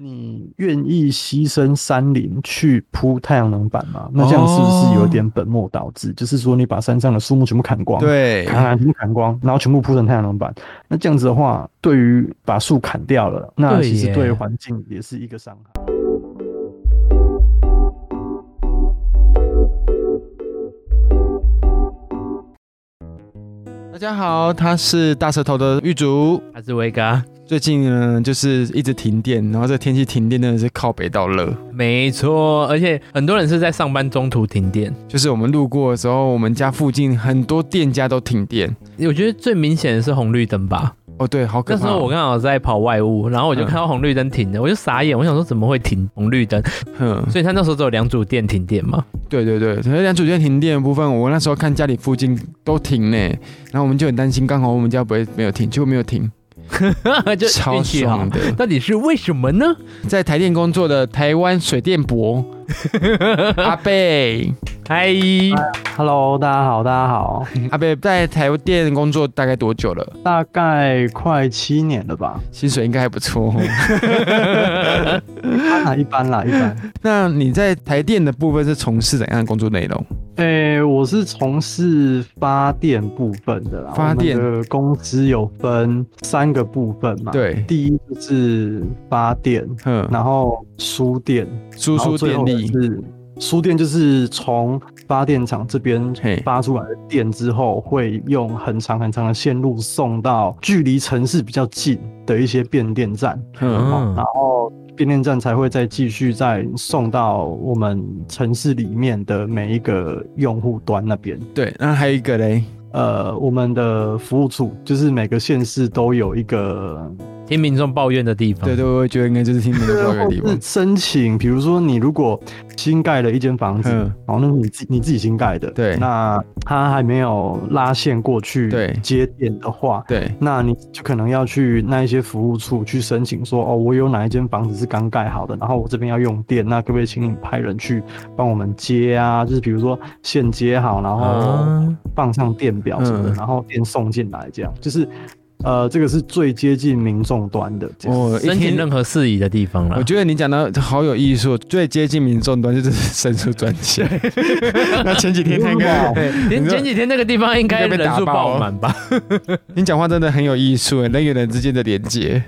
你愿意牺牲山林去铺太阳能板吗？那这样是不是有点本末倒置？就是说你把山上的树木全部砍光， 对， 全部砍光，然后全部铺成太阳能板。那这样子的话，对于把树砍掉了，那其实对环境也是一个伤害。 大家好，他是大舌头的玉竹， 他是威嘎。 最近呢，就是一直停电，然后这天气停电真的是靠北到热。 没错，而且很多人是在上班中途停电。 就是我们路过的时候，我们家附近很多店家都停电。 我觉得最明显的是红绿灯吧。 哦，对，好可怕。 那时候我刚好在跑外务，然后我就看到红绿灯停了，我就傻眼，我想说怎么会停红绿灯？所以他那时候只有2组店停电嘛。对对对，所以2组店停电的部分，我那时候看家里附近都停呢，然后我们就很担心，刚好我们家不会没有停，结果没有停。 就超爽的， 到底是为什么呢？ 在台电工作的台湾水电伯阿贝， 嗨 ，Hello， 大家好，大家好。 阿贝在台电工作大概多久了？ 大概快7年了吧。 薪水应该还不错。 一般啦。 那你在台电的部分是从事怎样的工作内容？ 我是从事发电部分的啦。发电的公司有分3个部分嘛。 对， 第一就是发电，然后输电， 输出电力。 输电就是从发电厂这边发出来的电之后，会用很长很长的线路送到距离城市比较近的一些变电站，然后变电站才会再继续再送到我们城市里面的每一个用户端那边。 对，那还有一个嘞， 我们的服务处就是每个县市都有一个听民众抱怨的地方。 对，我觉得应该就是听民众抱怨的地方。 申请，比如说你如果新盖了一间房子，然后那是你自己新盖的， 对， 那它还没有拉线过去接电的话， 对， 那你就可能要去那一些服务处去申请说，我有哪一间房子是刚盖好的，然后我这边要用电，那可不可以请你派人去帮我们接啊？就是比如说线接好，然后放上电表什么的，然后电送进来，这样就是。这个是最接近民众端的， 申请任何事宜的地方啦。 我觉得你讲的好有艺术，最接近民众端就是申诉专线。那前几天那个， 前几天那个地方应该人数爆满吧？ 你讲话真的很有艺术，人与人之间的连接。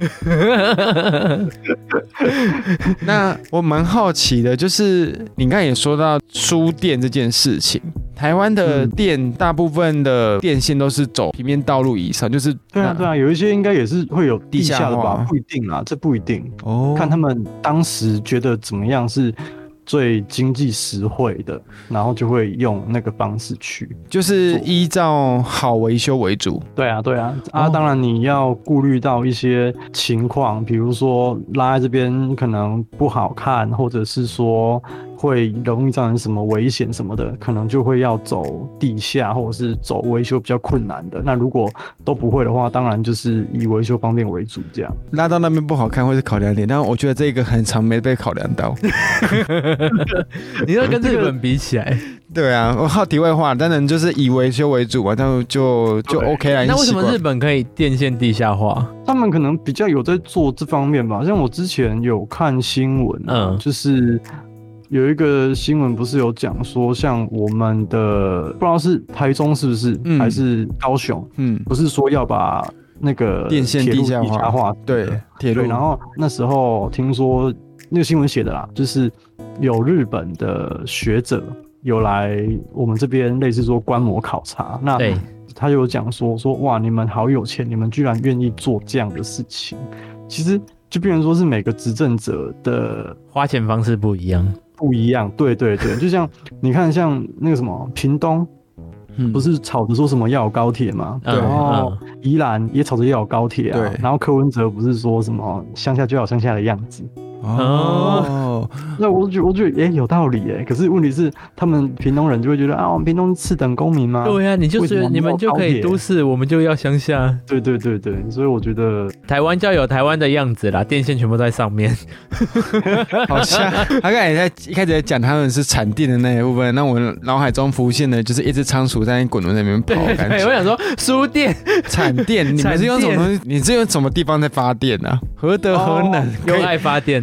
那我蛮好奇的，就是你刚才也说到输电这件事情。台湾的电大部分的电线都是走平面道路以上，就是对啊，有一些应该也是会有地下的吧？不一定啦，这不一定看他们当时觉得怎么样是最经济实惠的，然后就会用那个方式去， 就是依照好维修为主。 对啊，当然你要顾虑到一些情况，比如说拉在这边可能不好看，或者是说会容易造成什么危险什么的，可能就会要走地下或者是走维修比较困难的。那如果都不会的话，当然就是以维修方便为主，这样拉到那边不好看会是考量点，但我觉得这个很常没被考量到。 你要跟日本比起来， 对啊，我好题外话，当然就是以维修为主啊，但就 OK 啦。 那为什么日本可以电线地下化？ 他们可能比较有在做这方面吧。像我之前有看新闻，就是有一个新闻不是有讲说，像我们的不知道是台中是不是，还是高雄，不是说要把那个电线地下化，对，铁路。 然后那时候听说那个新闻写的啦，就是有日本的学者有来我们这边类似说观摩考察，那他就有讲说哇，你们好有钱，你们居然愿意做这样的事情。其实就变成说是每个执政者的花钱方式不一样， 对，就像你看，像那个什么屏东，不是吵着说什么要有高铁吗？对，然后宜兰也吵着要有高铁啊，然后柯文哲不是说什么乡下就要有乡下的样子。那我觉得有道理可是问题是他们屏东人就会觉得我们屏东是次等公民吗？ 对啊，你们就可以都市，我们就要乡下。 对，所以我觉得台湾就要有台湾的样子啦，电线全部都在上面。 好像他刚才一开始在讲他们是产电的那一部分，那我脑海中浮现的就是一只仓鼠在滚轮那边跑。 对，我想说输电产电，你们是用什么东西？你是用什么地方在发电啊？何德何能？ 用爱发电啊？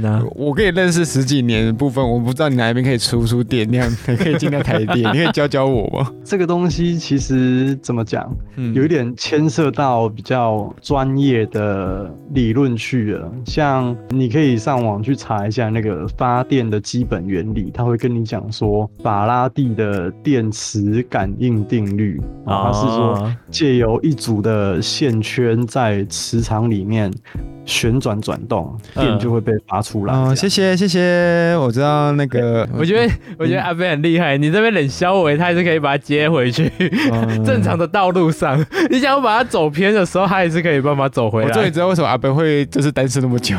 啊。 我跟你认识10几年的部分，我不知道你哪一边可以出电量，可以进到台电，你可以教我吗？ 这个东西其实怎么讲，有一点牵涉到比较专业的理论去了。像你可以上网去查一下那个发电的基本原理，他会跟你讲说法拉第的电磁感应定律，它是说借由一组的线圈在磁场里面旋转转动，电就会被发出来。 谢谢，我知道那个， 我觉得阿飞很厉害，你这边冷消维，他还是可以把它接回去正常的道路上。你想要把它走偏的时候，他还是可以办法走回来。 我终于知道为什么阿飞会就是单身那么久。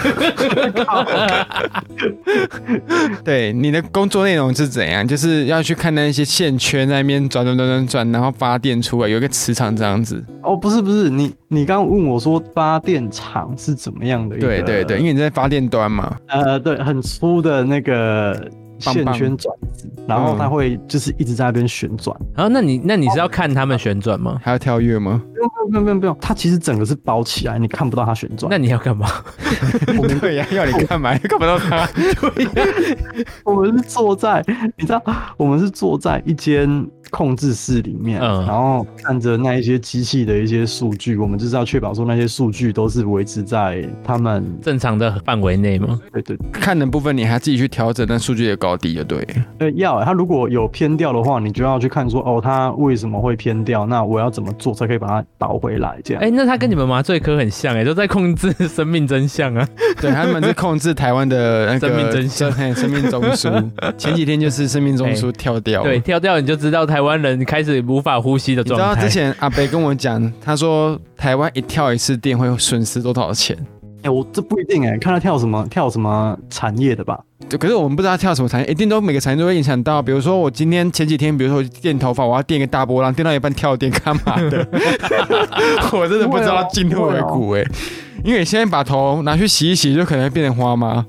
对，你的工作内容是怎样？就是要去看那些线圈在那边转，然后发电出来，有一个磁场这样子。 哦，不是，你刚刚问我说发电厂是怎么样的一个？ 对，因为你在发电端嘛。 对，很粗的那个线圈转子，然后它会就是一直在那边旋转。 然后那你是要看他们旋转吗？ 还要跳跃吗？ 不用，它其实整个是包起来，你看不到它旋转。 那你要干嘛？ 对呀，要你干嘛？看不到它。对呀， 我们是坐在，你知道，我们是坐在一间控制室里面，然后看着那一些机器的一些数据，我们就是要确保说那些数据都是维持在他们正常的范围内吗？ 对， 看的部分你还自己去调整那数据的高低就对。 它如果有偏掉的话，你就要去看说它为什么会偏掉，那我要怎么做才可以把它倒回来这样。 那它跟你们麻醉科很像都在控制生命真相啊。 对，他们是控制台湾的那个生命真相， 生命中枢。前几天就是生命中枢跳掉， 对，跳掉你就知道台湾人开始无法呼吸的状态。 你知道之前阿北跟我讲，他说台湾一跳一次电会损失多少钱？ 我这不一定看他跳什么产业的吧。 对，可是我们不知道他跳什么产业，一定都每个产业都会影响到。比如说我前几天，比如说我电头发，我要电一个大波浪，电到一半跳电干嘛的？我真的不知道进退维谷因为你现在把头拿去洗一洗，就可能会变成花吗？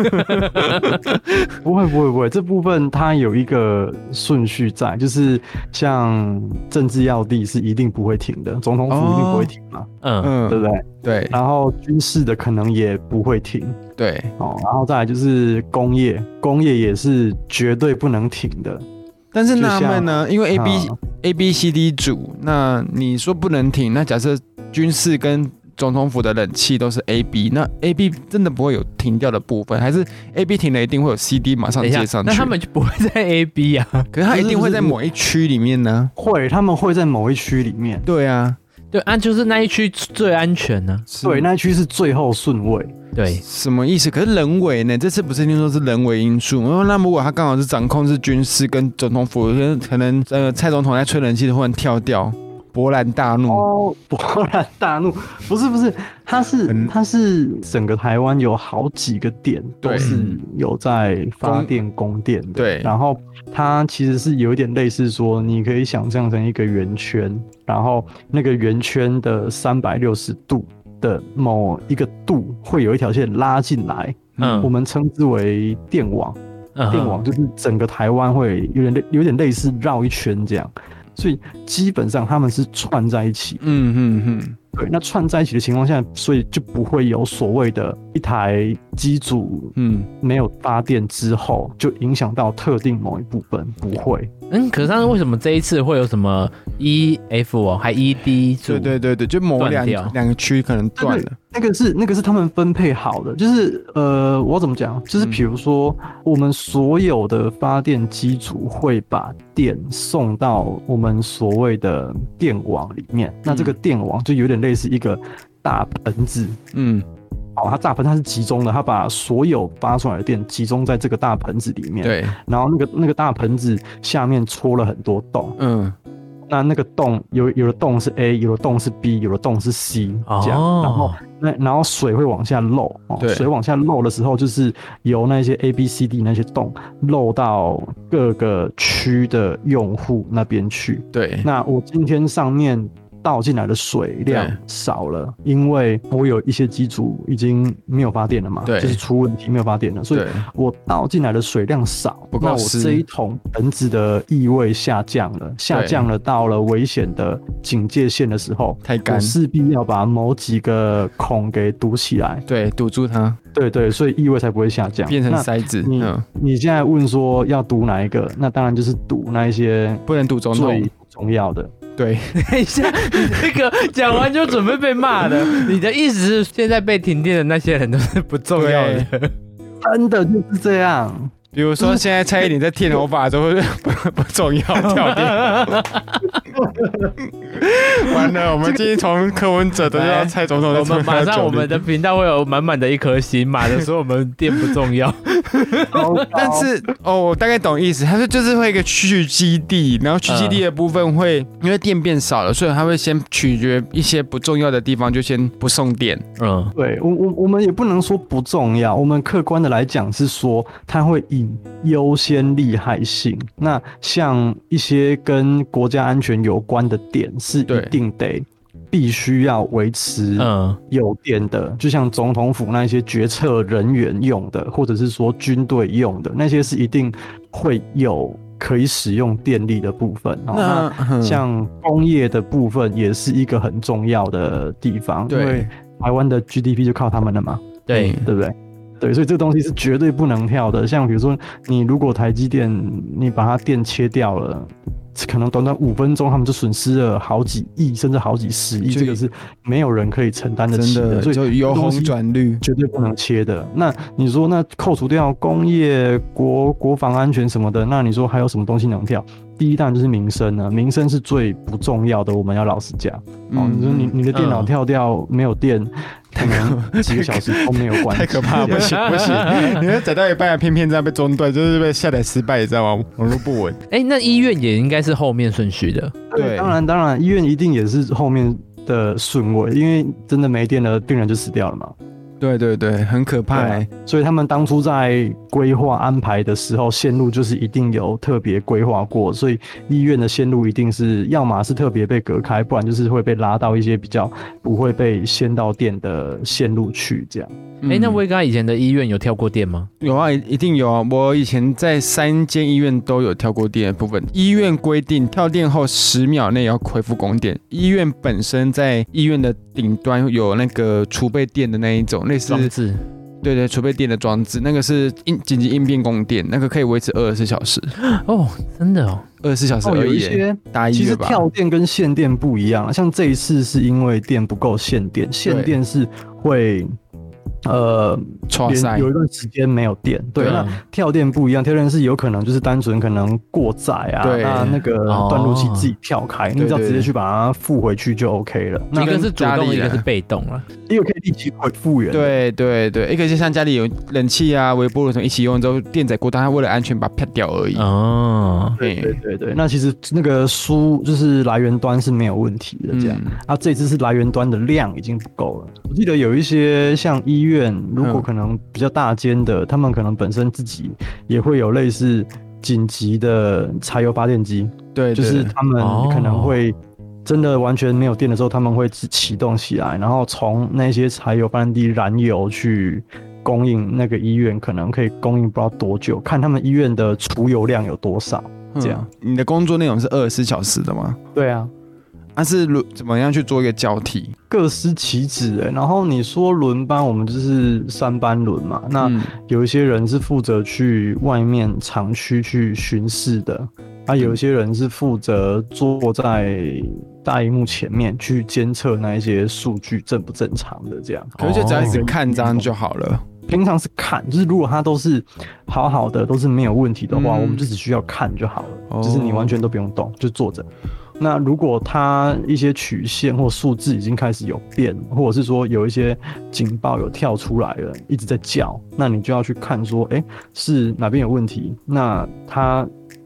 不会，这部分它有一个顺序在，就是像政治要地是一定不会停的，总统府一定不会停嘛，对不对？ 对。 然后军事的可能也不会停， 对。 然后再来就是工业也是绝对不能停的。 但是纳闷呢，因为 A B C D 组，那你说不能停，那假设军事跟总统府的冷气都是 A、B， 那 A、B 真的不会有停掉的部分，还是 A、B 停了一定会有 C、D 马上接上去？ 那他们就不会在 A、B 啊？ 可是他一定会在某一区里面呢？ 他们会在某一区里面。 对啊， 就是那一区最安全呢。 对，那一区是最后顺位。 对， 什么意思？可是人为呢？这次不是听说是人为因素？那如果他刚好是掌控是军事跟总统府，可能蔡总统在吹冷气的忽然跳掉。勃然大怒勃然大怒，不是，它是整个台湾有好几个点都是有在发电供电的， 对， 然后它其实是有一点类似说，你可以想象成一个圆圈，然后那个圆圈的360度的某一个度会有一条线拉进来，我们称之为电网，电网就是整个台湾会有点类似绕一圈这样。所以基本上他们是串在一起，对，那串在一起的情况下，所以就不会有所谓的一台机组，没有发电之后就影响到特定某一部分，不会。 可是为什么这一次会有什么 E、F 还 E、D 组？ 对，就某两个区可能断了。 那个是他们分配好的，就是我怎么讲？就是比如说，我们所有的发电机组会把电送到我们所谓的电网里面，那这个电网就有点类似一个大盆子，它大盆它是集中的，它把所有发出来的电集中在这个大盆子里面， 对， 然后那个大盆子下面戳了很多洞，那个洞有的洞是 A， 有的洞是 B， 有的洞是 C， 这样，然后水会往下漏，水往下漏的时候，就是由那些 A、B、C、D 那些洞漏到各个区的用户那边去。 对， 那我今天上面倒进来的水量少了，因为我有一些机组已经没有发电了嘛，就是出问题没有发电了，所以我倒进来的水量少，那我这一桶盆子的异味下降了到了危险的警戒线的时候，太干，我势必要把某几个孔给堵起来， 对，堵住它， 对，所以异味才不会下降， 变成塞子。 你现在问说要堵哪一个？那当然就是堵那一些不能堵总统最重要的。 对， 等一下，你这个讲完就准备被骂的，你的意思是现在被停电的那些人都是不重要的？ 真的就是这样。 比如说，现在蔡依林在剃头发的时候不重要，跳电。完了，我们今天从柯文哲的到蔡总统的， 我们马上我们的频道会有满满的一颗心，骂的说我们电不重要。 但是我大概懂意思，他说就是会一个去基地，然后去基地的部分会因为电变少了，所以他会先取决一些不重要的地方就先不送电。 对，我们也不能说不重要，我们客观的来讲是说它会以优先利害性。那像一些跟国家安全有关的点是一定必须要维持有电的，就像总统府那些决策人员用的，或者是说军队用的，那些是一定会有可以使用电力的部分。那像工业的部分也是一个很重要的地方，因为台湾的 GDP 就靠他们了嘛，对不对？对，所以这个东西是绝对不能跳的。像比如说，你如果台积电你把它电切掉了，可能短短5分钟，他们就损失了好几亿，甚至好几10亿，这个是没有人可以承担得起的。所以就由红转绿， 绝对不能切的。那你说，那扣除掉工业、国防安全什么的，那你说还有什么东西能跳？第一当然就是民生了，民生是最不重要的，我们要老实讲。你说你的电脑跳掉没有电，可能几个小时都没有关系。 太可怕了，不行，你会载到一半，偏偏这样被中断，就是被下载失败，你知道吗？网络不稳。 那医院也应该是后面顺序的。 对，当然，医院一定也是后面的顺位，因为真的没电了，病人就死掉了嘛。 对，很可怕所以他们当初在规划安排的时候，线路就是一定有特别规划过，所以医院的线路一定是要么是特别被隔开，不然就是会被拉到一些比较不会被掀到电的线路去这样。 那威哥以前的医院有跳过电吗？ 有啊，一定有啊。我以前在3间医院都有跳过电的部分。医院规定跳电后10秒内要恢复供电。医院本身在医院的顶端有那个储备电的那一种类似装置， 对，储备电的装置，那个是紧急应变供电，那个可以维持24小时。 真的 24小时而已。 有一些其实跳电跟限电不一样，像这一次是因为电不够限电是会有一段时间没有电，对，那跳电不一样，跳电是有可能就是单纯可能过载啊，那个断路器自己跳开，你只要直接去把它复回去就 OK 了。 一个是主动，一个是被动了， 一个可以立即复原。 对，一个就像家里有冷气啊、微波炉什么一起用之后，电载过，但它为了安全把它啪掉而已。 对，那其实那个就是来源端是没有问题的，这样。这次是来源端的量已经不够了。我记得有一些像医院，如果可能比较大间的，他们可能本身自己也会有类似紧急的柴油发电机，对，就是他们可能会真的完全没有电的时候，他们会启动起来，然后从那些柴油发电机燃油去供应那个医院，可能可以供应不知道多久，看他们医院的储油量有多少。这样， 你的工作内容是24小时的吗？ 对啊。 是怎么样去做一个交替？ 各司其职然后你说轮班，我们就是3班轮嘛。那有一些人是负责去外面厂区去巡视的，有一些人是负责坐在大萤幕前面去监测那一些数据正不正常的这样。 可是就只要一直看这样就好了。 平常是看，就是如果它都是好好的，都是没有问题的话，我们就只需要看就好了，就是你完全都不用动，就坐着。那如果它一些曲线或数字已经开始有变，或者是说有一些警报有跳出来了，一直在叫，那你就要去看说，是哪边有问题？那它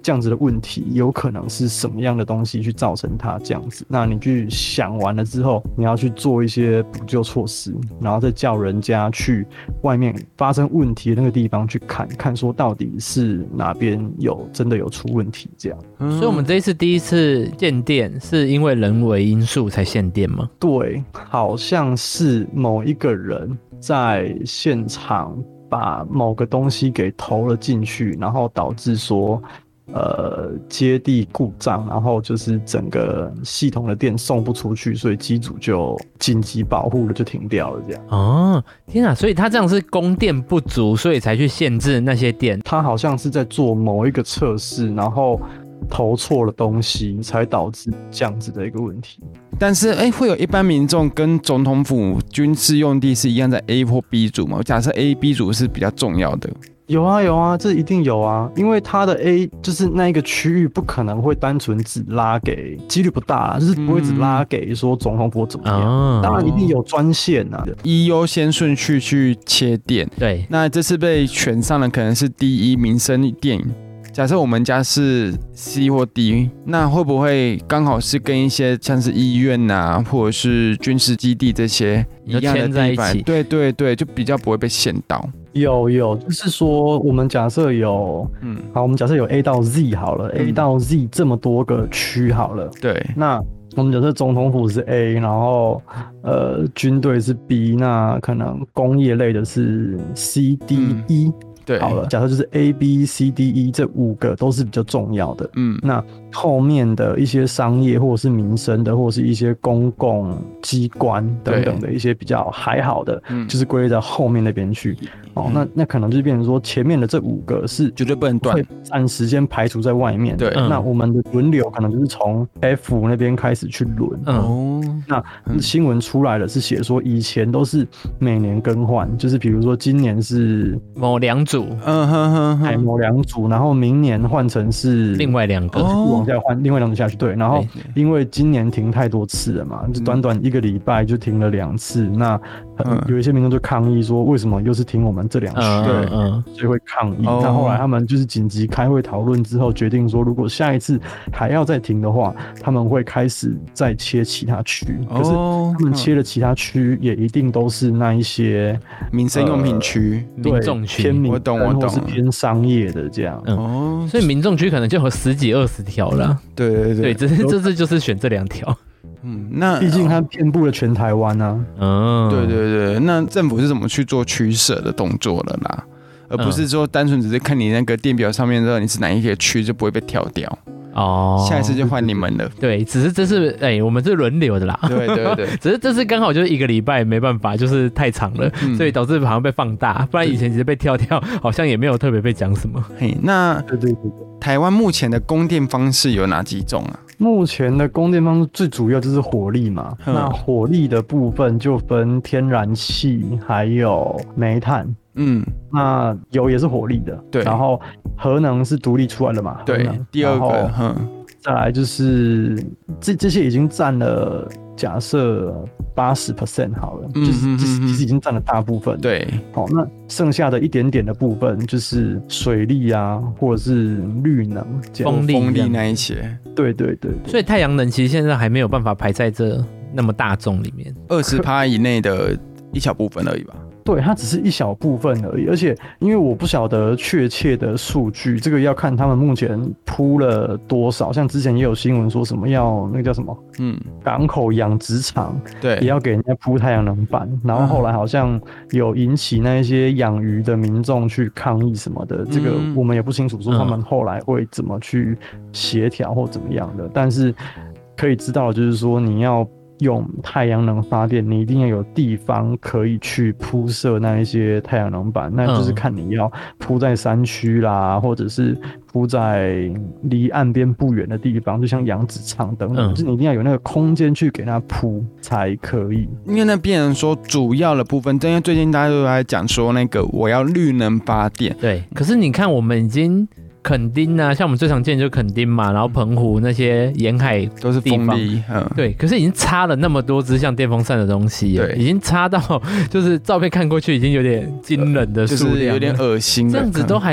这样子的问题有可能是什么样的东西去造成它这样子。那你去想完了之后，你要去做一些补救措施，然后再叫人家去外面发生问题的那个地方去看说到底是哪边真的有出问题这样。 所以我们这一次第一次限电是因为人为因素才限电吗？ 对，好像是某一个人在现场把某个东西给投了进去，然后导致说接地故障，然后就是整个系统的电送不出去，所以机组就紧急保护了，就停掉了这样。 哦，天啊！所以他这样是供电不足，所以才去限制那些电。 他好像是在做某一个测试，然后投错了东西，才导致这样子的一个问题。 但是会有一般民众跟总统府军事用地是一样在 A 或 B 组吗？假设 A、B 组是比较重要的。 有啊，这一定有啊，因为它的 A 就是那一个区域不可能会单纯只拉给，几率不大，就是不会只拉给说总统府怎么样，当然一定有专线啊， 依优先顺序去切电。 对， 那这次被选上的可能是第一民生电。假设我们家是 C 或 D， 那会不会刚好是跟一些像是医院啊，或者是军事基地这些一样的地板？对，就比较不会被限到。 有，就是说我们假设有，好，我们假设有 A 到 Z 好了，A 到 Z 这么多个区好了， 对， 那我们假设总统府是 A， 然后军队是 B， 那可能工业类的是 C、D、E。 对， 好了，假设就是 A、B、C、D、E 这5个都是比较重要的。那后面的一些商业或者是民生的，或者是一些公共机关等等的一些比较还好的，就是归在后面那边去。那可能就变成说前面的这5个是绝对不能断， 会暂时间排除在外面。 对， 那我们的轮流可能就是从 F 那边开始去轮。那新闻出来了是写说以前都是每年更换，就是比如说今年是某2组。 某2组，然后明年换成是另外2个， 往下换另外2组下去。对，然后因为今年停太多次了嘛，就短1个礼拜就停了2次。那有一些民众就抗议说，为什么又是停我们这2区？所以会抗议。那后来他们就是紧急开会讨论之后，决定说，如果下一次还要再停的话，他们会开始再切其他区。可是他们切的其他区也一定都是那一些民生用品区、 民众区， 偏民生或是偏商业的这样。 所以民众区可能就有10几20条了。 对， 这次就是选这2条。 那毕竟它遍布了全台湾啊。 对，那政府是怎么去做取舍的动作了啦？而不是说单纯只是看你那个电表上面的你是哪一个区就不会被跳掉。下一次就换你们了。 对，只是这是我们是轮流的啦。 对， 只是这次刚好就是1个礼拜，没办法，就是太长了，所以导致好像被放大，不然以前直接被跳掉，好像也没有特别被讲什么。 那对，台湾目前的供电方式有哪几种啊？ 目前的供电方式最主要就是火力嘛。那火力的部分就分天然气还有煤炭。那油也是火力的。对，然后核能是独立出来的嘛。 对，第2个。 再来就是这些已经占了假设80% 好了，就是其实已经占了大部分。 对， 那剩下的一点点的部分就是水力啊，或者是绿能、 风力那一些。 对， 所以太阳能其实现在还没有办法排在这那么大众里面 ，20%以内的一小部分而已吧。 对，它只是一小部分而已，而且因为我不晓得确切的数据，这个要看他们目前铺了多少。像之前也有新闻说什么要那个叫什么，港口养殖场，对，也要给人家铺太阳能板，然后后来好像有引起那一些养鱼的民众去抗议什么的，这个我们也不清楚说他们后来会怎么去协调或怎么样的，但是可以知道就是说你要用太阳能发电，你一定要有地方可以去铺设那一些太阳能板，那就是看你要铺在山区啦，或者是铺在离岸边不远的地方，就像养殖场等等，就是你一定要有那个空间去给它铺才可以。 因为那变成说主要的部分，因为最近大家都在讲说那个我要绿能发电， 对，可是你看我们已经垦丁啊，像我们最常见的就垦丁嘛，然后澎湖那些沿海都是风力， 对，可是已经插了那么多只像电风扇的东西，对，已经插到就是照片看过去已经有点惊人的数量， 就是有点恶心了， 这样子都还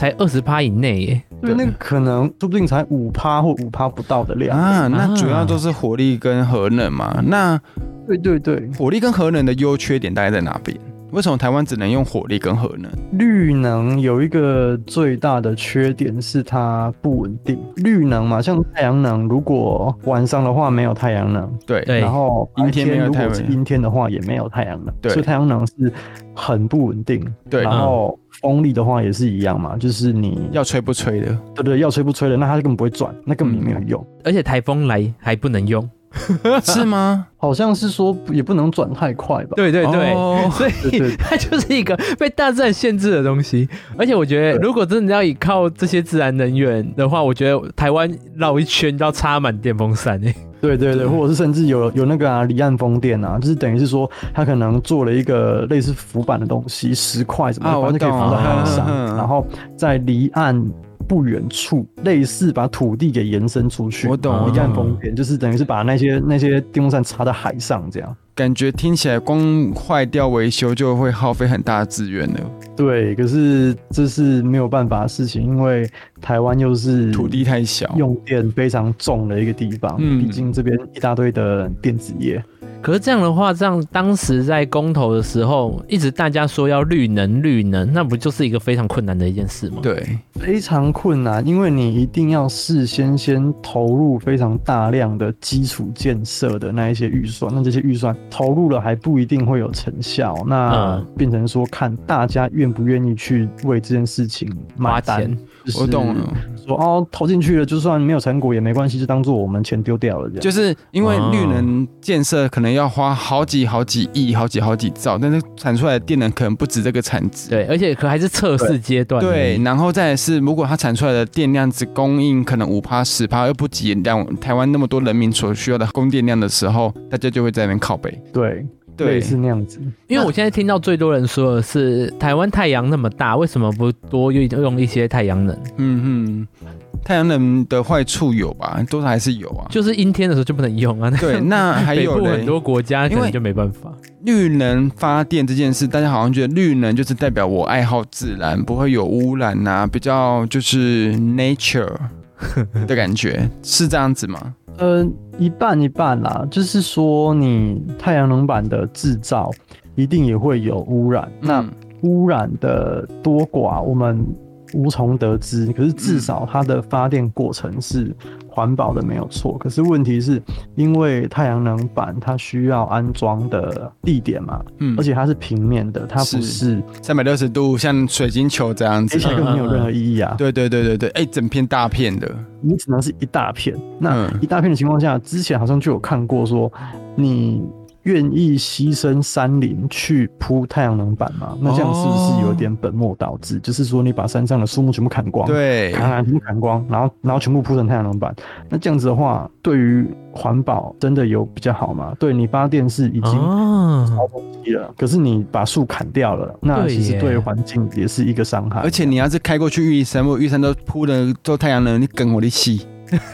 才20%以内耶。 对，那个可能说不定才5%或5%不到的量啊。那主要都是火力跟核能嘛。那对， 火力跟核能的优缺点大概在哪边？为什么台湾只能用火力跟核能？ 绿能有一个最大的缺点是它不稳定。绿能嘛，像太阳能，如果晚上的话没有太阳能， 对， 然后白天如果是阴天的话也没有太阳能， 对， 所以太阳能是很不稳定。 对， 然后风力的话也是一样嘛，就是你要吹不吹的， 对，要吹不吹的，那它根本不会转，那根本也没有用。 而且台风来还不能用。 是吗？ 好像是说也不能转太快吧。 对，所以它就是一个被大自然限制的东西。而且我觉得，如果真的要依靠这些自然能源的话，我觉得台湾绕一圈要插满电风扇对，或者是甚至有那个离岸风电啊，就是等于是说它可能做了一个类似浮板的东西，石块什么的，反正就可以浮在海岸上，然后在离岸不远处，类似把土地给延伸出去。 我懂， 离岸风电就是等于是把那些电风扇插在海上，这样感觉听起来光坏掉维修就会耗费很大的资源了。 对，可是这是没有办法的事情，因为台湾又是土地太小， 用电非常重的一个地方。毕竟这边一大堆的电子业。 可是这样的话，这样当时在公投的时候，一直大家说要绿能，那不就是一个非常困难的一件事吗？ 对， 非常困难，因为你一定要事先投入非常大量的基础建设的那一些预算，那这些预算投入了还不一定会有成效，那变成说看大家愿不愿意去为这件事情买单。 我懂了， 说投进去了，就算没有成果也没关系，就当做我们钱丢掉了这样。 就是因为绿能建设可能要花好几亿、好几兆，但是产出来的电能可能不止这个产值。 对，而且还是测试阶段。 对，然后再来是，如果它产出来的电量只供应可能5%、10%，又不及台湾那么多人民所需要的供电量的时候，大家就会在那边靠北。 对。类似那样子， 因为我现在听到最多人说的是，台湾太阳那么大，为什么不多用一些太阳能？ 太阳能的坏处有吧，多少还是有啊。 就是阴天的时候就不能用啊。 对，那还有北部很多国家可能就没办法。 绿能发电这件事，大家好像觉得绿能就是代表我爱好自然，不会有污染啊，比较就是 nature 的感觉，是这样子吗？ 一半一半啦，就是说你太阳能板的制造一定也会有污染，那污染的多寡我们无从得知，可是至少它的发电过程是环保的没有错。可是问题是因为太阳能板它需要安装的地点嘛，而且它是平面的，它不是 360度像水晶球这样子， 而且根本没有任何意义啊。 对，整片大片的， 你只能是一大片。那一大片的情况下，之前好像就有看过说你愿意牺牲山林去铺太阳能板吗？那这样是不是有点本末倒置？就是说你把山上的树木全部砍光， 对， 全部砍光，然后全部铺成太阳能板，那这样子的话，对于环保真的有比较好吗？对，你发电是已经超东西了，可是你把树砍掉了，那其实对环境也是一个伤害。 而且你要是开过去玉山，我玉山都铺的做太阳能，你梗我的气。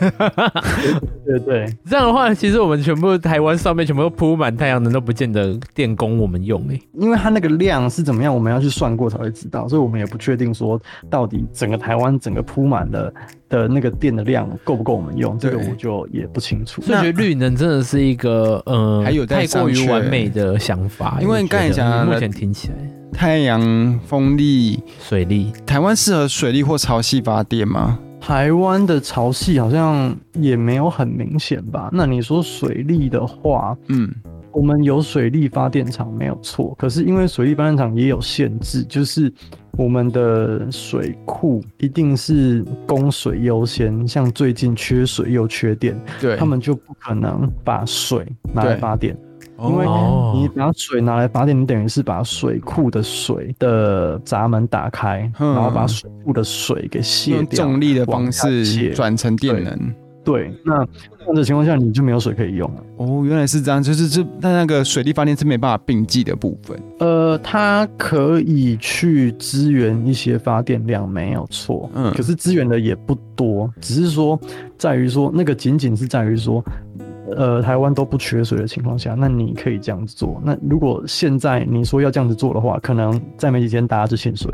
对， 这样的话，其实我们全部台湾上面全部都铺满太阳能，都不见得电供我们用因为它那个量是怎么样，我们要去算过才会知道，所以我们也不确定说到底整个台湾整个铺满的那个电的量够不够我们用，这个我就也不清楚。 所以我觉得绿能真的是一个还有太过于完美的想法， 因为你刚才讲目前听起来太阳、风力、 水力， 台湾适合水力或潮汐发电吗？ 台湾的潮汐好像也没有很明显吧？那你说水力的话，我们有水力发电厂没有错，可是因为水力发电厂也有限制，就是我们的水库一定是供水优先，像最近缺水又缺电， 对， 他们就不可能把水拿来发电。因为你把水拿来发电，你等于是把水库的水的闸门打开，然后把水库的水给泄掉， 用重力的方式转成电能。 对，那这样的情况下你就没有水可以用了。 原来是这样，就是那个水力发电是没办法并济的部分。 它可以去支援一些发电量没有错，可是支援的也不多，只是说在于说那个仅仅是在于说。台湾都不缺水的情况下，那你可以这样子做。那如果现在你说要这样子做的话，可能再没几天大家就限水了。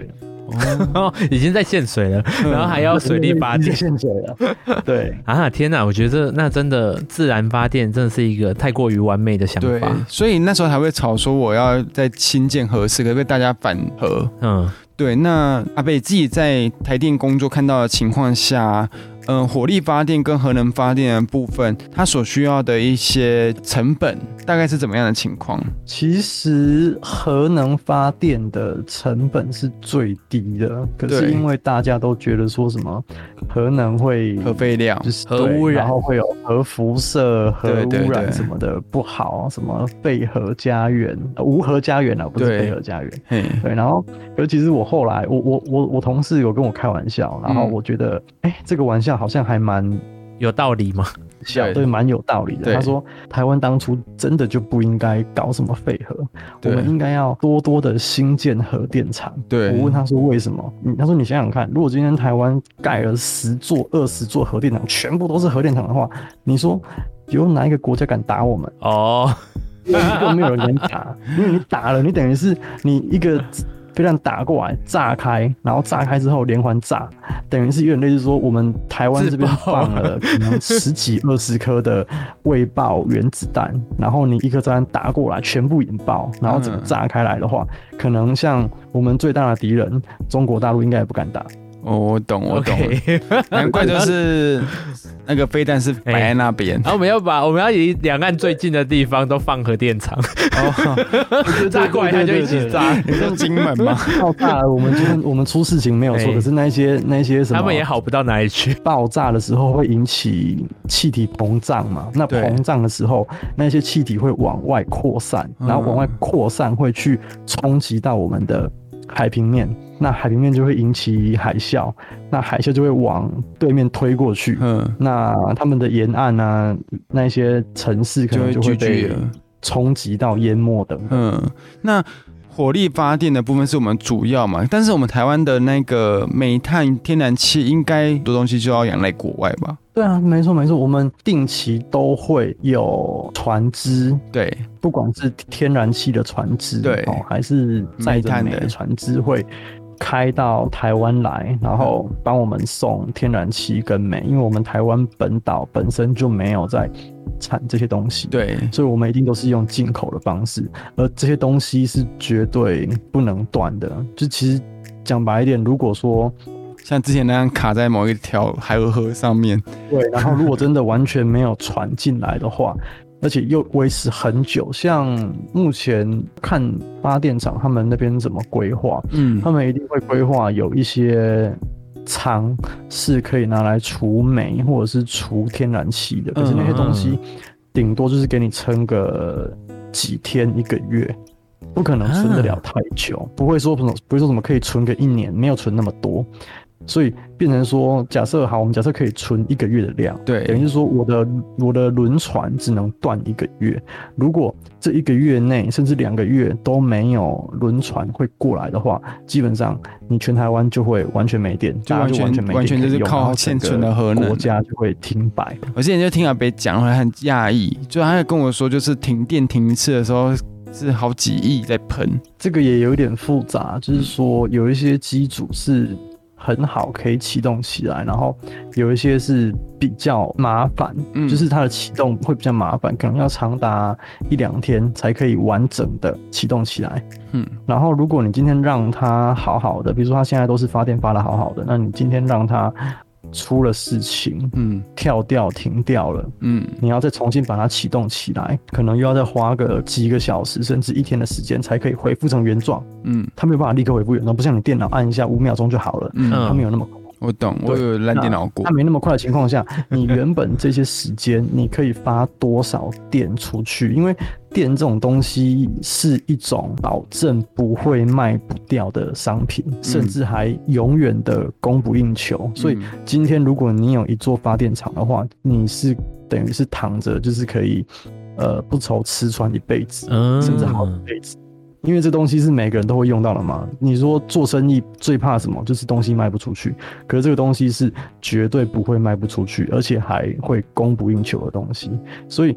已经在限水了，然后还要水力发电， 限水了。对啊，天哪！我觉得那真的自然发电真的是一个太过于完美的想法。 对，所以那时候才会吵说我要再新建核四，可是被大家反核。对。那阿北自己在台电工作看到的情况下，火力发电跟核能发电的部分，它所需要的一些成本大概是怎么样的情况？ 其实核能发电的成本是最低的，可是因为大家都觉得说什么核能会核废料、 就是核污染， 然后会有核辐射、核污染什么的不好，什么废核家园、无核家园啊，不是废核家园。对，然后可是其实我后来我同事有跟我开玩笑，然后我觉得这个玩笑好像还蛮有道理吗？ 对，蛮有道理的。他说，台湾当初真的就不应该搞什么废核，我们应该要多多的新建核电厂。 对， 我问他说为什么？他说你想想看，如果今天台湾盖了10座、20座核电厂，全部都是核电厂的话，你说有哪一个国家敢打我们？因为没有人敢打，因为你打了，你等于是你一个飞弹打过来，炸开，然后炸开之后连环炸，等于是有点类似说，我们台湾这边放了可能10几20颗的未爆原子弹，然后你一颗炸弹打过来，全部引爆，然后整个炸开来的话，可能像我们最大的敌人中国大陆应该也不敢打。 我懂，难怪就是那个飞弹是摆在那边。 然后我们要离两岸最近的地方都放核电厂，炸过来它就一起炸。 你说金门吗？ 爆炸了，我们出事情没有错，可是那些什么， 他们也好不到哪里去。 爆炸的时候会引起气体膨胀嘛？那膨胀的时候，那些气体会往外扩散，然后往外扩散会去冲击到我们的海平面，那海平面就会引起海啸，那海啸就会往对面推过去，那他们的沿岸啊，那些城市可能就会被冲击到淹没的。 那火力发电的部分是我们主要嘛，但是我们台湾的那个煤炭、天然气，应该很多东西就要仰赖国外吧？ 对啊，没错，我们定期都会有船只， 对， 不管是天然气的船只，对，还是载着煤的船只会开到台湾来，然后帮我们送天然气跟煤，因为我们台湾本岛本身就没有在产这些东西， 对， 所以我们一定都是用进口的方式，而这些东西是绝对不能断的。就其实讲白一点，如果说像之前那样卡在某一条海河上面， 对，然后如果真的完全没有船进来的话，而且又维持很久，像目前看发电厂他们那边怎么规划，他们一定会规划有一些仓是可以拿来储煤或者是储天然气的，可是那些东西顶多就是给你撑个几天1个月，不可能存得了太久，不会说什么可以存个1年，没有存那么多。所以变成说，我们假设可以存1个月的量， 对， 等于是说我的轮船只能断1个月。如果这1个月内甚至2个月都没有轮船会过来的话，基本上你全台湾就会完全没电， 就完全就是靠现存的核能， 国家就会停摆。 我之前就听阿北讲，我很讶异，就他跟我说，就是停电停一次的时候是好几亿在喷， 这个也有一点复杂，就是说有一些机组是很好可以启动起来，然后有一些是比较麻烦，就是它的启动会比较麻烦，可能要长达1-2天才可以完整的启动起来。然后如果你今天让它好好的，比如说它现在都是发电发的好好的，那你今天让它出了事情，跳掉停掉了，你要再重新把它启动起来，可能又要再花个几个小时甚至1天的时间才可以恢复成原状。它没有办法立刻恢复原状，不像你电脑按一下5秒钟就好了，它没有那么快。 我懂，我有烂电脑过。 它没那么快的情况下，你原本这些时间你可以发多少电出去？因为电这种东西是一种保证不会卖不掉的商品，甚至还永远的供不应求。所以今天如果你有一座发电厂的话，你是等于是躺着就是可以不愁吃穿一辈子，甚至好一辈子。因为这东西是每个人都会用到的嘛。你说做生意最怕什么？就是东西卖不出去。可是这个东西是绝对不会卖不出去，而且还会供不应求的东西。所以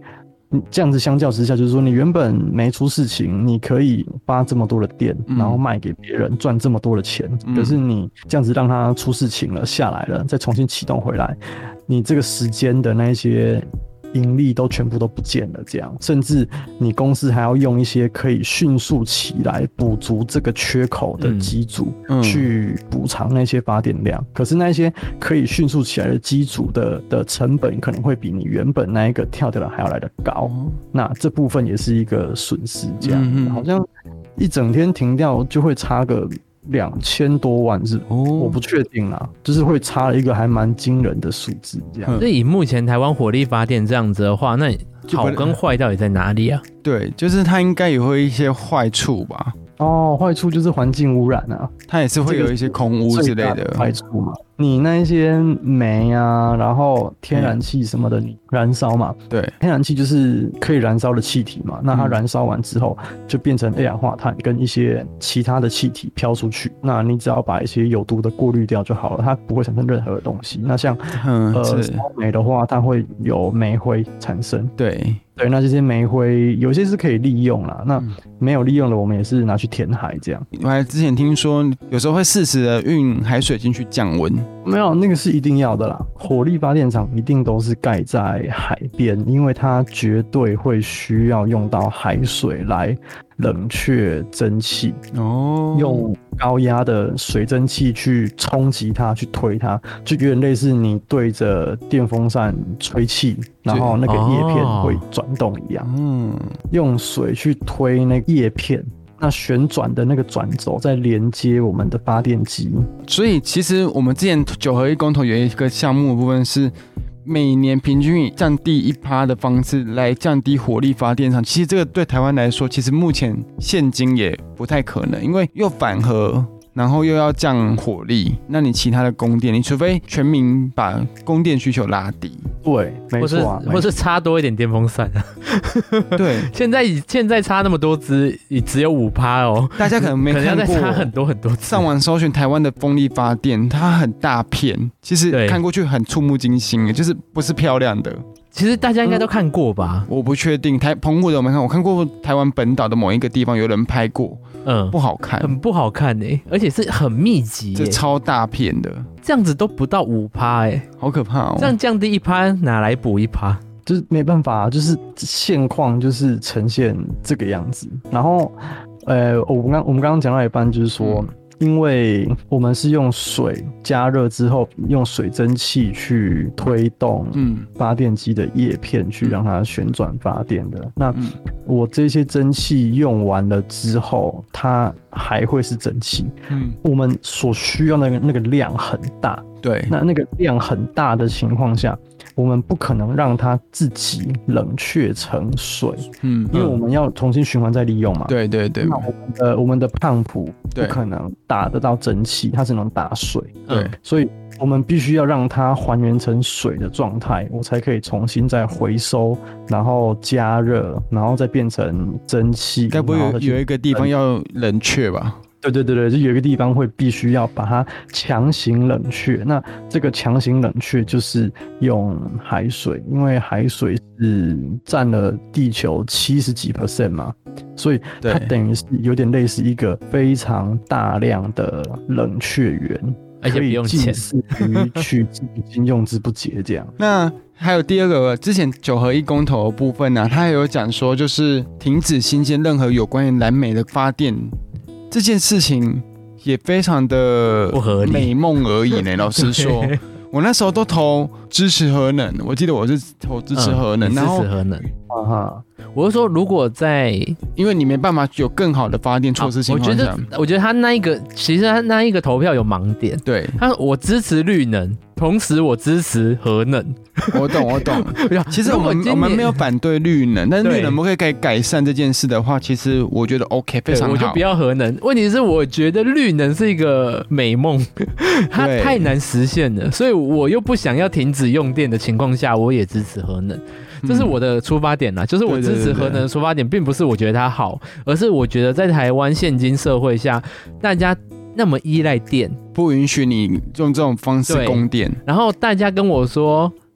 这样子相较之下，就是说你原本没出事情，你可以发这么多的电，然后卖给别人赚这么多的钱，可是你这样子让它出事情了下来了，再重新启动回来，你这个时间的那些盈利都全部都不见了，这样，甚至你公司还要用一些可以迅速起来补足这个缺口的机组去补偿那些发电量，可是那些可以迅速起来的机组的成本可能会比你原本那一个跳掉的还要来得高，那这部分也是一个损失，这样，好像一整天停掉就会差个2000多万是我不确定啦，就是会差了一个还蛮惊人的数字这样。 所以以目前台湾火力发电这样子的话，那好跟坏到底在哪里啊？ 对，就是它应该也会有一些坏处吧。 坏处就是环境污染啊， 它也是会有一些空污之类的坏处嘛。你那一些煤啊，然后天然气什么的，你燃烧嘛， 对， 天然气就是可以燃烧的气体嘛，那它燃烧完之后就变成二氧化碳跟一些其他的气体飘出去，那你只要把一些有毒的过滤掉就好了，它不会产生任何的东西。那像烧煤的话，它会有煤灰产生，对，那这些煤灰有些是可以利用啦，那没有利用的我们也是拿去填海这样。 我还之前听说有时候会适时的运海水进去降温， 没有，那个是一定要的啦。火力发电厂一定都是盖在海边，因为它绝对会需要用到海水来冷却蒸汽，用高压的水蒸气去冲击它，去推它，就有点类似你对着电风扇吹气，然后那个叶片会转动一样。用水去推那个叶片，那旋转的那个转轴再连接我们的发电机。 所以其实我们之前9合1公投有一个项目的部分是每年平均以降低1%的方式来降低火力发电厂。其实这个对台湾来说，其实目前现今也不太可能，因为又反核，然后又要降火力，那你其他的供电，你除非全民把供电需求拉低， 对，没错啊， 或是插多一点电风扇啊。 对， 现在插那么多支，只有5%哦， 大家可能没看过， 可能要再插很多很多支。 上网搜寻台湾的风力发电，它很大片，其实看过去很触目惊心，就是不是漂亮的。 其实大家应该都看过吧？ 我不确定，澎湖的我没看，我看过台湾本岛的某一个地方有人拍过，不好看， 很不好看欸，而且是很密集欸， 这超大片的， 这样子都不到5%欸，好可怕哦！ 这样降低1%，哪来补1%？ 就是没办法，就是现况就是呈现这个样子。然后，我们刚刚讲到一半，就是说。因为我们是用水加热之后，用水蒸气去推动发电机的叶片，去让它旋转发电的。那我这些蒸汽用完了之后，它还会是蒸汽。我们所需要的那个量很大。对，那个量很大的情况下，我们不可能让它自己冷却成水，因为我们要重新循环再利用嘛。对对对。那我们的胖普不可能打得到蒸汽，它只能打水。对，所以我们必须要让它还原成水的状态，我才可以重新再回收，然后加热，然后再变成蒸汽。 该不会有一个地方要冷却吧？ 对，就有一个地方会必须要把它强行冷却。那这个强行冷却就是用海水，因为海水是占了地球70几%嘛，所以它等于是有点类似一个非常大量的冷却源， 而且不用钱， 于取之不尽，用之不竭这样。 那还有第二个，之前9合1公投的部分呢，他也有讲说，就是停止新建任何有关于燃煤的发电。这件事情也非常的不合理， 美梦而已呢。老实说，我那时候都投支持核能，我记得我是投支持核能， 支持核能。我是说，如果在， 因为你没办法有更好的发电措施情况下， 我觉得他那一个，其实他那一个投票有盲点。 对， 我支持绿能，同时我支持核能。 我懂。其实我们没有反对绿能，但是绿能我们可以改善这件事的话，其实我觉得 OK， 非常好。 我就不要核能。问题是，我觉得绿能是一个美梦，它太难实现了，所以我又不想要停止用电的情况下，我也支持核能。这是我的出发点啦，就是我支持核能的出发点，并不是我觉得它好，而是我觉得在台湾现今社会下，大家那么依赖电， 不允许你用这种方式供电， 然后大家跟我说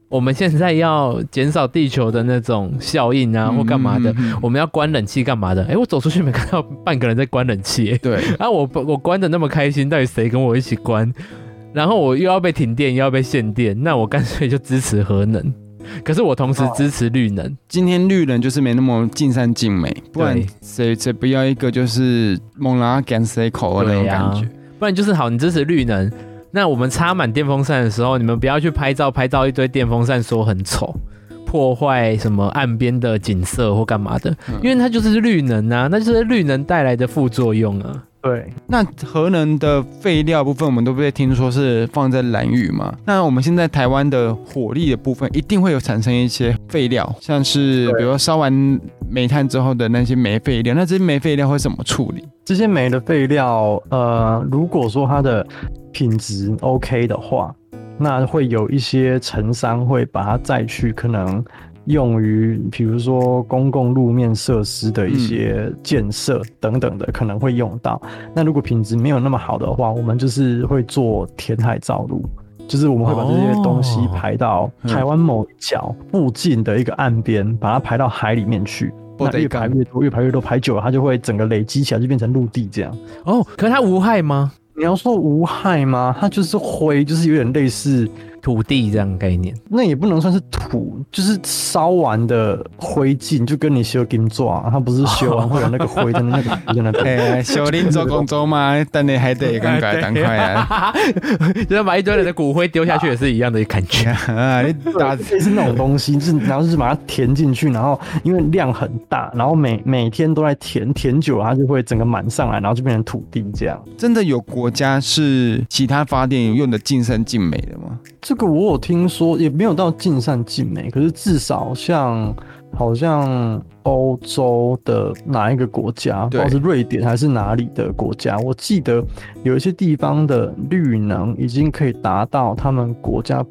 我们现在要减少地球的那种效应啊，或干嘛的，我们要关冷气干嘛的？我走出去没看到半个人在关冷气， 对， 我关的那么开心，到底谁跟我一起关？然后我又要被停电，又要被限电，那我干脆就支持核能。可是我同时支持绿能。 今天绿能就是没那么尽善尽美，不然谁不要一个就是猛拉干谁口的那种感觉？ 不然就是好，你支持绿能，那我们插满电风扇的时候，你们不要去拍照一堆电风扇说很丑，破坏什么岸边的景色或干嘛的，因为它就是绿能啊，那就是绿能带来的副作用啊。 对， 那核能的废料部分，我们都不会听说是放在兰屿嘛？那我们现在台湾的火力的部分，一定会有产生一些废料，像是比如说烧完煤炭之后的那些煤废料，那这些煤废料会怎么处理？ 这些煤的废料，如果说它的品质 OK 的话，那会有一些城商会把它再去可能用于比如说公共路面设施的一些建设等等的，可能会用到。那如果品质没有那么好的话，我们就是会做填海造陆，就是我们会把这些东西排到台湾某一角附近的一个岸边，把它排到海里面去。那越排越多，越排越多，排久了它就会整个累积起来，就变成陆地这样。 可是它无害吗？ 你要说无害吗？它就是灰，就是有点类似土地这样的概念。 那也不能算是土，就是烧完的灰烬，就跟你修金爪，它不是修完会有那个灰在那个土在那边。 修林做工作嘛，等你还得赶快啊！ 就是把一堆人的骨灰丢下去也是一样的感觉啊！你打类似那种东西，然后就是把它填进去，然后因为量很大，然后每天都在填久了，它就会整个满上来，然后就变成土地这样。 真的有国家是其他发电用的尽善尽美的吗？ 这个我有听说，也没有到尽善尽美，可是至少好像欧洲的哪一个国家，不知道是瑞典还是哪里的国家，我记得有一些地方的绿能已经可以达到他们国家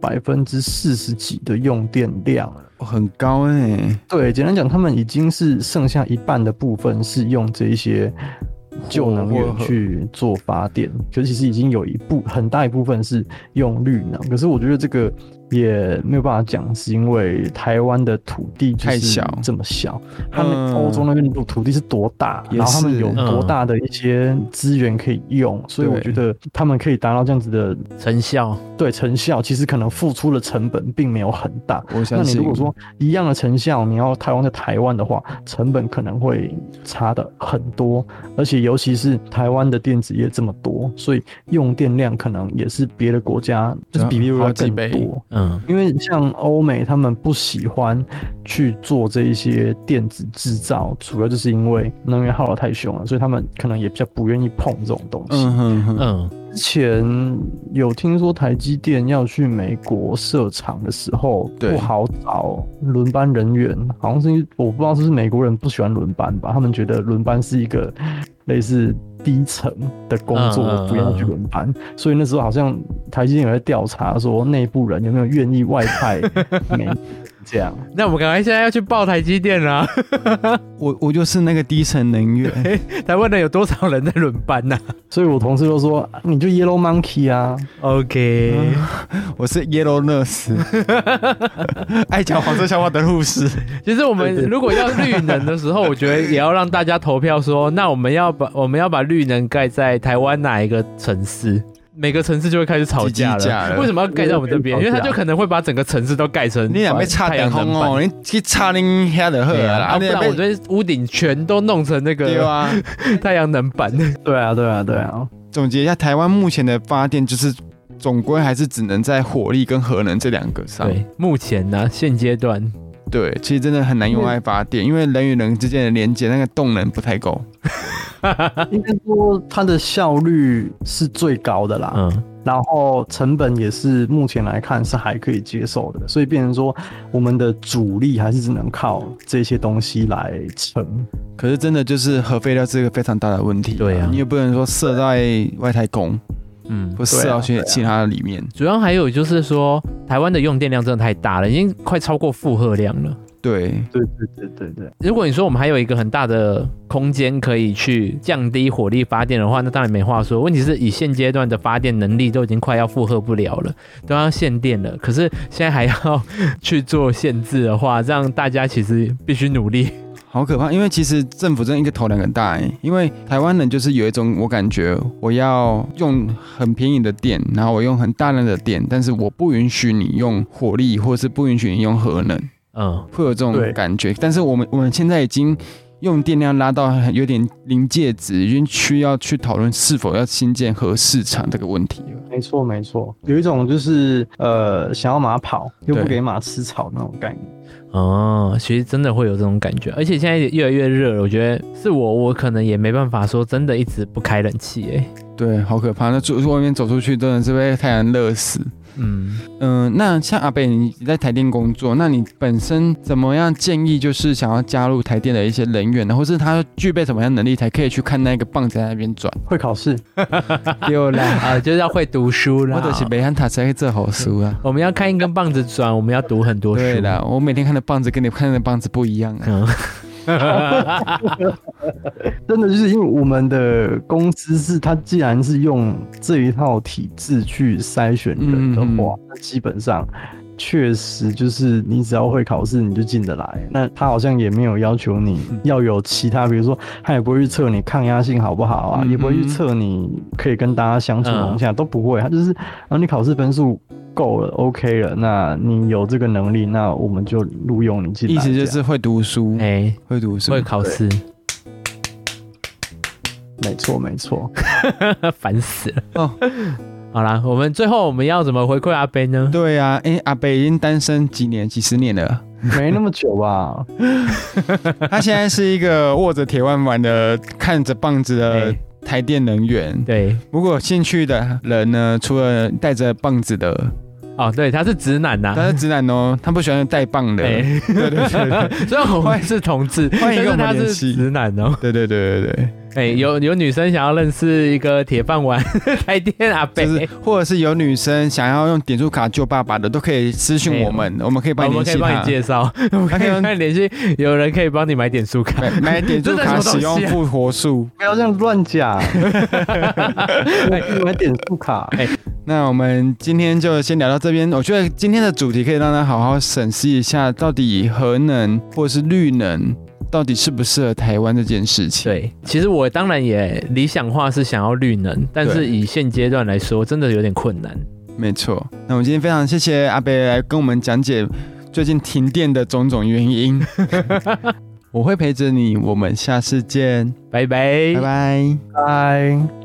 40%几的用电量了。 很高对，简单讲，他们已经是剩下一半的部分是用这些旧能源去做发电，可是其实已经有很大一部分是用绿能。可是我觉得这个也没有办法讲，是因为台湾的土地就是这么小，他们欧洲那边的土地是多大，然后他们有多大的一些资源可以用，所以我觉得他们可以达到这样子的成效。 对，成效其实可能付出的成本并没有很大。那你如果说一样的成效，你要用在台湾的话，成本可能会差的很多，而且尤其是台湾的电子业这么多，所以用电量可能也是别的国家就是比例要更多。因为像欧美他们不喜欢去做这一些电子制造，主要就是因为能源耗得太凶了，所以他们可能也比较不愿意碰这种东西。之前有听说台积电要去美国设厂的时候不好找轮班人员，好像是我不知道是不是美国人不喜欢轮班吧，他们觉得轮班是一个类似低层的工作，不要去轮班，所以那时候好像台积电有在调查说内部人有没有愿意外派美国这样。 那我们赶快现在要去报台积电啦！ 我就是那个低层人员。 台湾人有多少人在轮班啊？ 所以我同事都说你就 Yellow Monkey 啊。 OK， 我是 Yellow Nurse， 爱讲黄色笑话的护士。 其实我们如果要绿能的时候，我觉得也要让大家投票说，那我们要把绿能盖在台湾哪一个城市？每个城市就会开始吵架了。为什么要盖在我们这边？因为他就可能会把整个城市都盖成你两边插电风哦，你去插你下的好啦。 不然我这屋顶全都弄成那个太阳能板。 对啊。 总结一下，台湾目前的发电就是总归还是只能在火力跟核能这两个上。 对，目前呢，现阶段。 对，其实真的很难用来发电，因为人与人之间的连接那个动能不太够。 应该说它的效率是最高的啦，然后成本也是目前来看是还可以接受的，所以变成说我们的主力还是只能靠这些东西来撑。 可是真的就是核废料是一个非常大的问题， 对啊， 你也不能说射在外太空。不射到其他的里面。 主要还有就是说，台湾的用电量真的太大了，已经快超过负荷量了。 对。 如果你说我们还有一个很大的空间可以去降低火力发电的话，那当然没话说。问题是以现阶段的发电能力都已经快要负荷不了了，都要限电了。可是现在还要去做限制的话，这样大家其实必须努力。 好可怕，因为其实政府真的一个头两个大因为台湾人就是有一种我感觉我要用很便宜的电，然后我用很大量的电，但是我不允许你用火力，或是不允许你用核能，会有这种感觉。但是我们现在已经用电量拉到有点临界值，已经需要去讨论是否要新建核市场这个问题了。 没错，有一种就是想要马跑又不给马吃草那种概念。 其实真的会有这种感觉，而且现在越来越热了，我觉得是我可能也没办法说真的一直不开冷气对，好可怕，那外面走出去真的是被太阳热死。那像阿北你在台电工作，那你本身怎么样建议就是想要加入台电的一些人员呢，或是他具备什么样的能力才可以去看那个棒子在那边转？ 会考试对啦就是要会读书啦， 或者是每天他才会做好书啊。 我们要看一根棒子转，我们要读很多书。 对啦，我每天看的棒子跟你看的棒子不一样真的就是因为我们的公司是它既然是用这一套体制去筛选人的话，那基本上确实就是你只要会考试你就进得来。那他好像也没有要求你要有其他，比如说他也不会去测你抗压性好不好啊，也不会去测你可以跟大家相处融洽，都不会。他就是你考试分数够了 OK 了，那你有这个能力，那我们就录用你进来。 意思就是会读书，会读书， 会考试。 没错烦死了好啦，最后我们要怎么回馈阿北呢？ 对啊，阿北已经单身几十年了， 没那么久吧他现在是一个握着铁腕碗的看着棒子的台电人员。 对，如果有兴趣的人呢，除了带着棒子的对，他是直男他是直男他不喜欢带棒的。对， 虽然我们是同志， 欢迎跟我们联系。直男对，有女生想要认识一个铁饭碗台电阿北， 或者是有女生想要用点数卡救爸爸的，都可以私讯我们，我们可以帮你联系他， 我们可以帮你介绍，我们可以帮你联系，有人可以帮你买点数卡， 买点数卡使用复活术， 不要这样乱讲，买点数卡。 那我们今天就先聊到这边。我觉得今天的主题可以让大家好好审视一下，到底核能或是绿能到底适不适合台湾这件事情。 对，其实我当然也理想化是想要绿能，但是以现阶段来说真的有点困难。 没错，那我们今天非常谢谢阿北来跟我们讲解最近停电的种种原因我会陪着你，我们下次见， 拜拜拜。